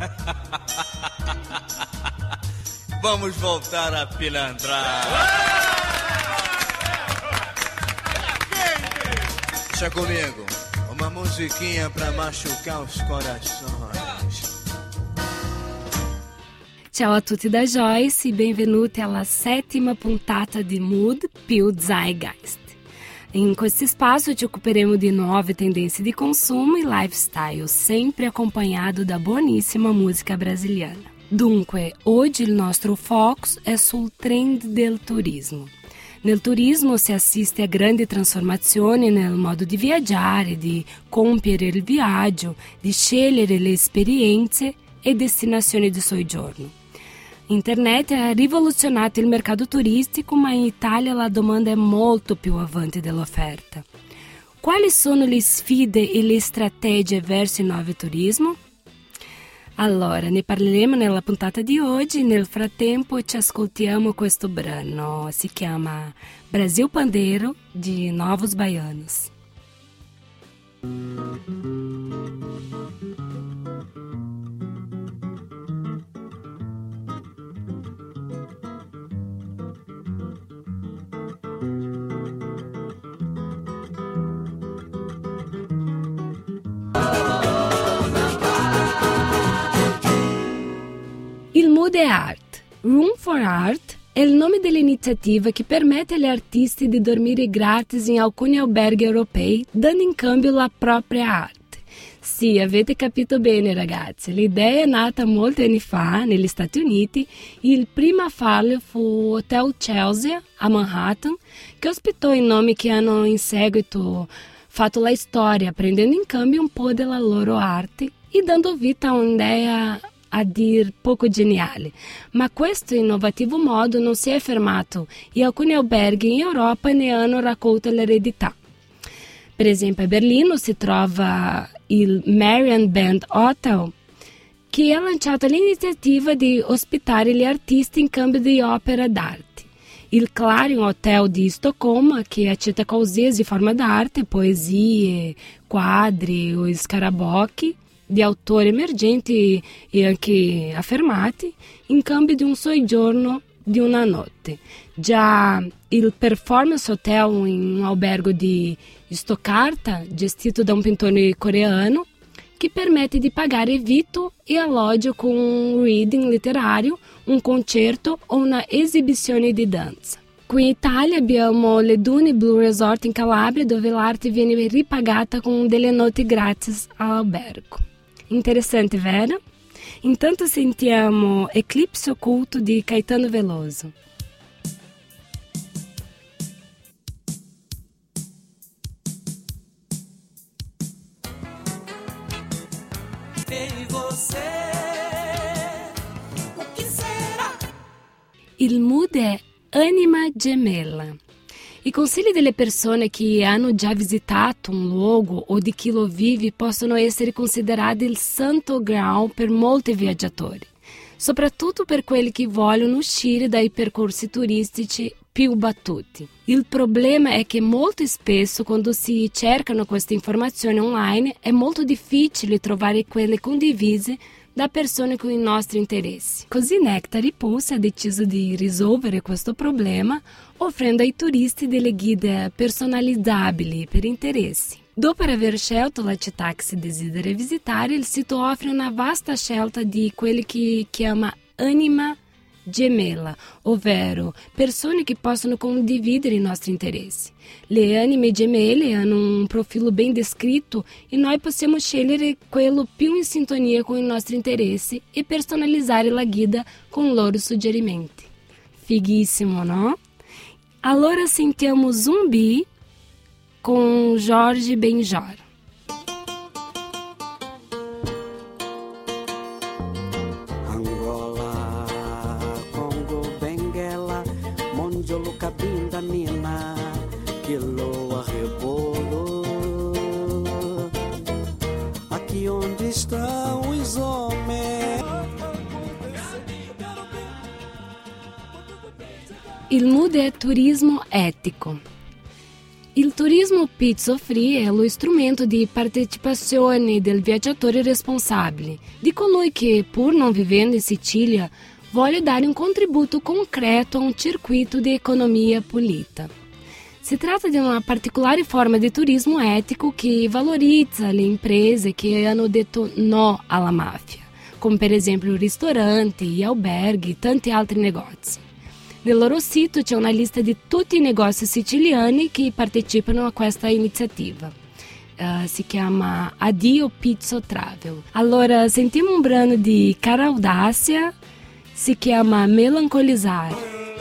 Vamos voltar a pilantrar. Deixa comigo, uma musiquinha pra machucar os corações. Ciao a tutti da Joyce e benvenuti alla 7ª puntata di Mood più Zeitgeist. In questo spazio ci occuperemo di nuove tendenze di consumo e lifestyle, sempre accompagnato da buonissima musica brasiliana. Dunque, oggi il nostro focus è sul trend del turismo. Nel turismo si assiste a grandi trasformazioni nel modo di viaggiare, di compiere il viaggio, di scegliere le esperienze e destinazioni di soggiorno. Internet ha rivoluzionato il mercato turistico, ma in Italia la domanda è molto più avanti dell'offerta. Quali sono le sfide e le strategie verso il nuovo turismo? Allora, ne parleremo nella puntata di oggi. Nel frattempo ci ascoltiamo questo brano. Si chiama Brasil Pandeiro, di Novos Baianos. Il Mood è Art. Room for Art è il nome dell'iniziativa che permette agli artisti di dormire gratis in alcuni alberghi europei, dando in cambio la propria arte. Sì, avete capito bene ragazzi, l'idea è nata molti anni fa negli Stati Uniti. Il primo a farlo fu Hotel Chelsea a Manhattan, che ospitò i nomi che hanno in seguito fatto la storia, prendendo in cambio un po' della loro arte e dando vita a un'idea a dir poco geniale, ma questo innovativo modo non si è fermato e alcuni alberghi in Europa ne hanno raccolto l'eredità. Per esempio a Berlino si trova il Marienbad Hotel, che ha lanciato l'iniziativa di ospitare gli artisti in cambio di opere d'arte. Il Clarion Hotel di Stoccolma, che accetta qualsiasi forma d'arte, poesie, quadri o scarabocchi, di autori emergenti e anche affermati, in cambio di un soggiorno di una notte. Già il Performance Hotel in un albergo di Stoccarda, gestito da un pittore coreano, che permette di pagare vitto e alloggio con un reading letterario, un concerto o una esibizione di danza. Qui in Italia abbiamo le Dune Blue Resort in Calabria, dove l'arte viene ripagata con delle notti gratis all'albergo. Interessante, vero? Intanto sentiamo Eclipse Occulto di Caetano Veloso. E você, o que será? Il mood è Anima Gemella. I consigli delle persone che hanno già visitato un luogo o di chi lo vive possono essere considerati il santo graal per molti viaggiatori, soprattutto per quelli che vogliono uscire dai percorsi turistici più battuti. Il problema è che molto spesso quando si cercano queste informazioni online è molto difficile trovare quelle condivise da persone con i nostri interessi. Così Nectary Pulse ha deciso di risolvere questo problema offrendo ai turisti delle guide personalizzabili per interessi. Dopo aver scelto la città che si desidera visitare, il sito offre una vasta scelta di quelli che chiama Anima Gemella, ovvero persone che possono condividere i nostri interessi. Le anime gemelle hanno un profilo ben descritto e noi possiamo scegliere quello più in sintonia con i nostri interessi e personalizzare la guida con loro suggerimenti. Fighissimo, no? Allora sentiamo Zumbi con Jorge Benjor. Cabinda Nina, Quiloa Rebolo. Aqui onde estão os homens? Il mood è turismo etico. Il turismo pizzo-free è lo strumento di partecipazione del viaggiatore responsabile, di colui che, pur non vivendo in Sicilia, vuole dare un contributo concreto a un circuito di economia pulita. Si tratta di una particolare forma di turismo etico che valorizza le imprese che hanno detto no alla mafia, come per esempio ristoranti, gli alberghi e tanti altri negozi. Nel loro sito c'è una lista di tutti i negozi siciliani che partecipano a questa iniziativa. Si chiama Addio Pizzo Travel. Allora, sentiamo un brano di Cara Audácia, si chiama Melancolizar.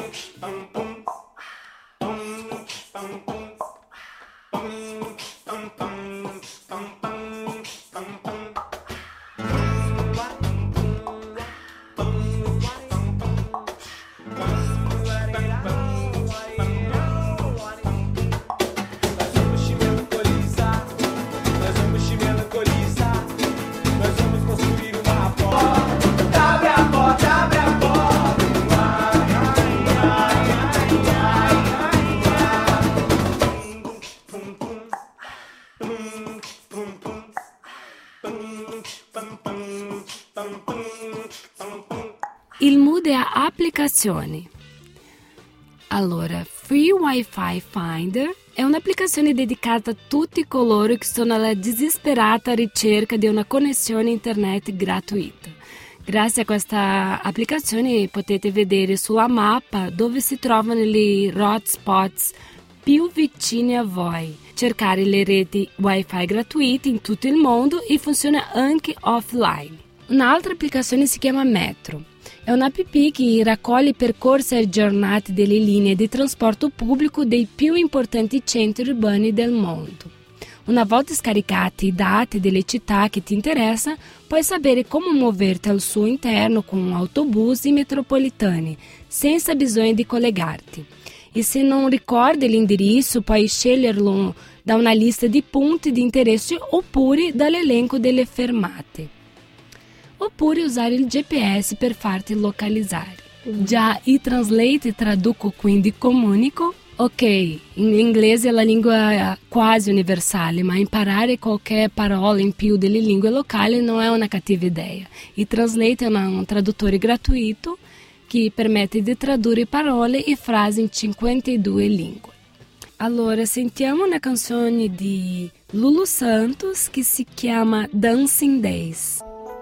Il mood è applicazioni. Allora, Free Wi-Fi Finder è un'applicazione dedicata a tutti coloro che sono alla disperata ricerca di una connessione internet gratuita. Grazie a questa applicazione potete vedere sulla mappa dove si trovano gli hotspots più vicini a voi, cercare le reti Wi-Fi gratuite in tutto il mondo e funziona anche offline. Un'altra applicazione si chiama Metro. È un'app che raccoglie i percorsi aggiornati delle linee di trasporto pubblico dei più importanti centri urbani del mondo. Una volta scaricati i dati delle città che ti interessano, puoi sapere come muoverti al suo interno con autobus e metropolitane, senza bisogno di collegarti. E se non ricordi l'indirizzo, puoi sceglierlo da una lista di punti di interesse oppure dall'elenco delle fermate. Oppure usare il GPS per farti localizzare. Già i Translate traduco, quindi comunico. Ok, in inglese è la lingua quasi universale, ma imparare qualche parola in più delle lingue locali non è una cattiva idea. Il Translate è un traduttore gratuito che permette di tradurre parole e frasi in 52 lingue. Allora, sentiamo una canzone di Lulu Santos che si chiama Dancing Days.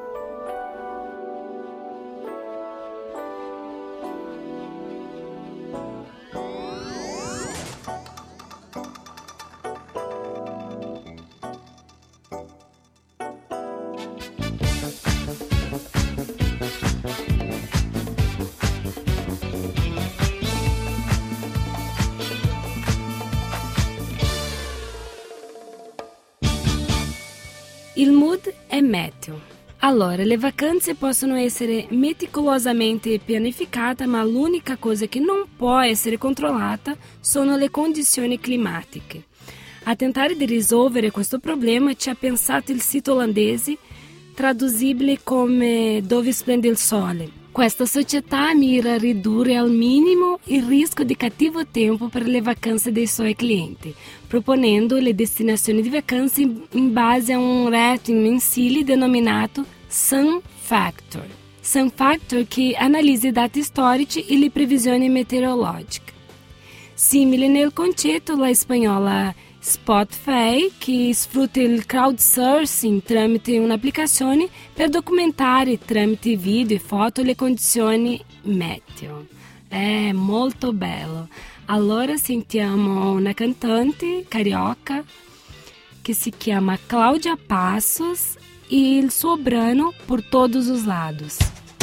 Il mood è meteo. Allora, le vacanze possono essere meticolosamente pianificate, ma l'unica cosa che non può essere controllata sono le condizioni climatiche. A tentare di risolvere questo problema ci ha pensato il sito olandese, traducibile come Dove splende il sole. Questa società mira a ridurre al minimo il rischio di cattivo tempo per le vacanze dei suoi clienti, proponendo le destinazioni di vacanze in base a un rating mensile denominato Sun Factor. Sun Factor che analisa i dati storici e le previsioni meteorologiche. Simile nel concetto la spagnola Spotify, che sfrutta il crowdsourcing tramite un'applicazione per documentare tramite video e foto le condizioni meteo. È molto bello. Allora sentiamo una cantante carioca che si chiama Cláudia Passos e il suo brano Por Todos os Lados.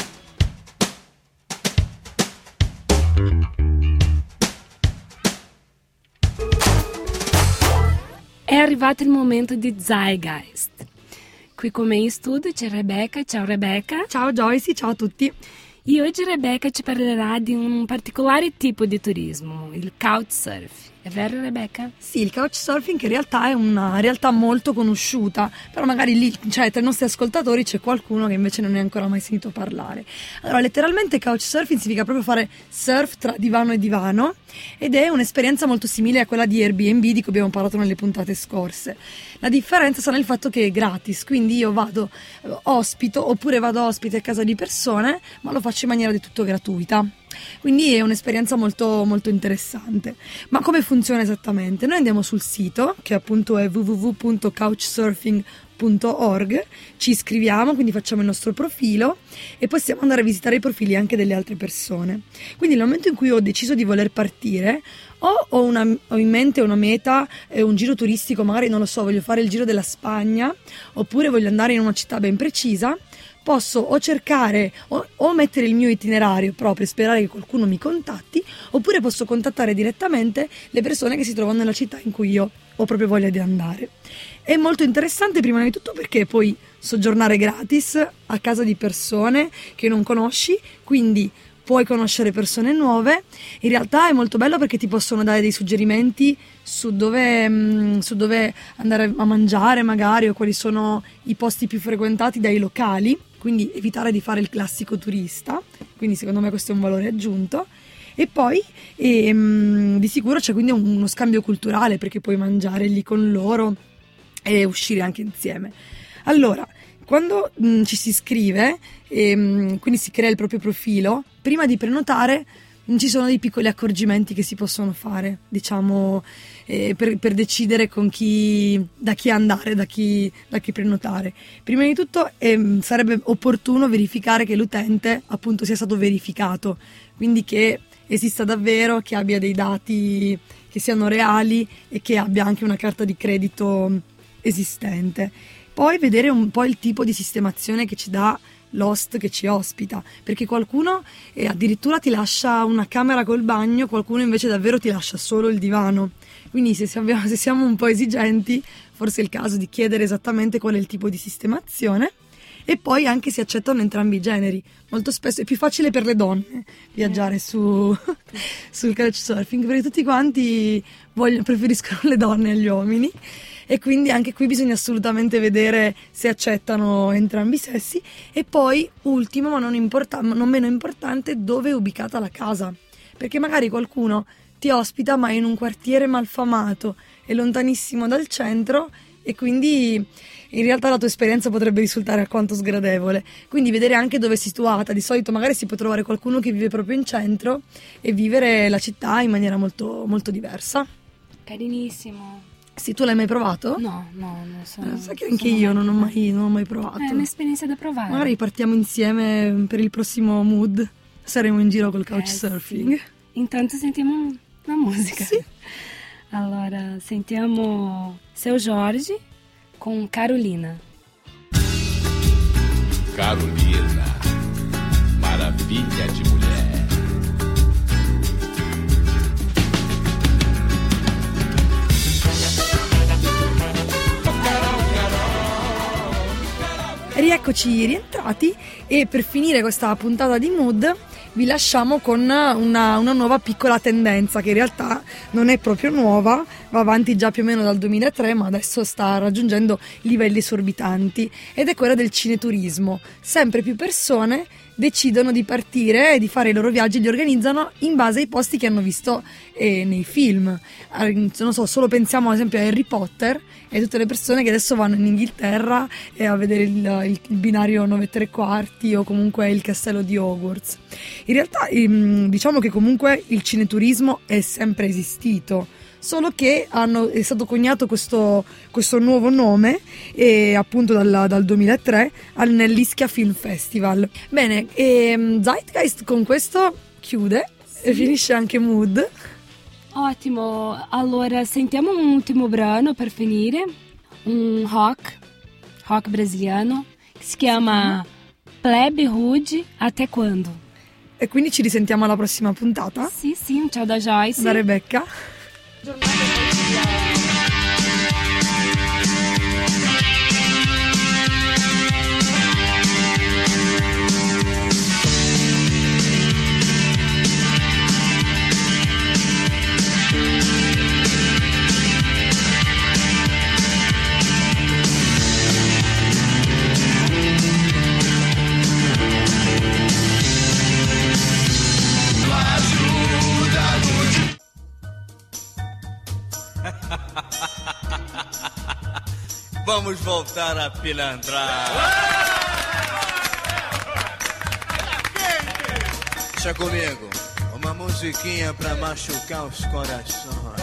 È arrivato il momento di Zeitgeist. Qui con me in studio c'è Rebecca. Ciao Rebecca. Ciao Joyce, ciao a tutti. E oggi Rebecca ci parlerà di un particolare tipo di turismo, il couchsurfing. È vero, Rebecca? Sì, il couchsurfing in realtà è una realtà molto conosciuta, però magari lì, cioè, tra i nostri ascoltatori c'è qualcuno che invece non ne ha ancora mai sentito parlare. Allora, letteralmente couchsurfing significa proprio fare surf tra divano e divano, ed è un'esperienza molto simile a quella di Airbnb di cui abbiamo parlato nelle puntate scorse. La differenza sta nel fatto che è gratis, quindi io vado ospito oppure vado ospite a casa di persone, ma lo faccio in maniera del tutto gratuita. Quindi è un'esperienza molto, molto interessante. Ma come funziona esattamente? Noi andiamo sul sito, che appunto è www.couchsurfing.org, ci iscriviamo, quindi facciamo il nostro profilo e possiamo andare a visitare i profili anche delle altre persone. Quindi nel momento in cui ho deciso di voler partire, ho in mente una meta, un giro turistico, magari non lo so, voglio fare il giro della Spagna, oppure voglio andare in una città ben precisa, posso o cercare o mettere il mio itinerario proprio e sperare che qualcuno mi contatti, oppure posso contattare direttamente le persone che si trovano nella città in cui io ho proprio voglia di andare. È molto interessante prima di tutto perché puoi soggiornare gratis a casa di persone che non conosci, quindi puoi conoscere persone nuove. In realtà è molto bello perché ti possono dare dei suggerimenti su dove andare a mangiare magari, o quali sono i posti più frequentati dai locali, quindi evitare di fare il classico turista, quindi secondo me questo è un valore aggiunto. E poi di sicuro c'è quindi uno scambio culturale, perché puoi mangiare lì con loro e uscire anche insieme. Allora, quando ci si iscrive, quindi si crea il proprio profilo, prima di prenotare ci sono dei piccoli accorgimenti che si possono fare, diciamo, per decidere da chi andare, da chi prenotare. Prima di tutto sarebbe opportuno verificare che l'utente appunto sia stato verificato, quindi che esista davvero, che abbia dei dati che siano reali e che abbia anche una carta di credito esistente. Poi vedere un po' il tipo di sistemazione che ci dà l'host che ci ospita, perché qualcuno addirittura ti lascia una camera col bagno, qualcuno invece davvero ti lascia solo il divano. Quindi se siamo un po' esigenti, forse è il caso di chiedere esattamente qual è il tipo di sistemazione. E poi anche si accettano entrambi i generi. Molto spesso è più facile per le donne viaggiare sul couchsurfing, perché tutti quanti preferiscono le donne agli uomini, e quindi anche qui bisogna assolutamente vedere se accettano entrambi i sessi. E poi ultimo, ma non meno importante, dove è ubicata la casa, perché magari qualcuno ti ospita ma in un quartiere malfamato e lontanissimo dal centro, e quindi in realtà la tua esperienza potrebbe risultare alquanto sgradevole. Quindi vedere anche dove è situata. Di solito magari si può trovare qualcuno che vive proprio in centro e vivere la città in maniera molto, molto diversa. Carinissimo. Sì, tu l'hai mai provato? No, non so. Sai che anche io non ho mai provato. È un'esperienza da provare. Magari partiamo insieme per il prossimo mood. Saremo in giro col couchsurfing. Sì. Intanto sentiamo la musica. Sì. Allora, sentiamo Seu Jorge com Carolina. Carolina, maravilha de mulher. Rieccoci rientrati, e per finire questa puntata di Mood vi lasciamo con una nuova piccola tendenza, che in realtà non è proprio nuova, va avanti già più o meno dal 2003, ma adesso sta raggiungendo livelli esorbitanti, ed è quella del cineturismo. Sempre più persone decidono di partire e di fare i loro viaggi, li organizzano in base ai posti che hanno visto nei film. Non so, solo pensiamo ad esempio a Harry Potter e tutte le persone che adesso vanno in Inghilterra a vedere il binario 9 3/4 o comunque il castello di Hogwarts. In realtà diciamo che comunque il cineturismo è sempre esistito, solo che è stato coniato questo nuovo nome, appunto dal 2003 nell'Ischia Film Festival. Bene, Zeitgeist con questo chiude, sì, e finisce anche Mood. Ottimo, allora sentiamo un ultimo brano per finire, un rock brasiliano, che si chiama Plebe Rude Até Quando. E quindi ci risentiamo alla prossima puntata. Sì, un ciao da Joyce. Da Rebecca. Vamos voltar a pilantrar. Deixa comigo, uma musiquinha pra machucar os corações.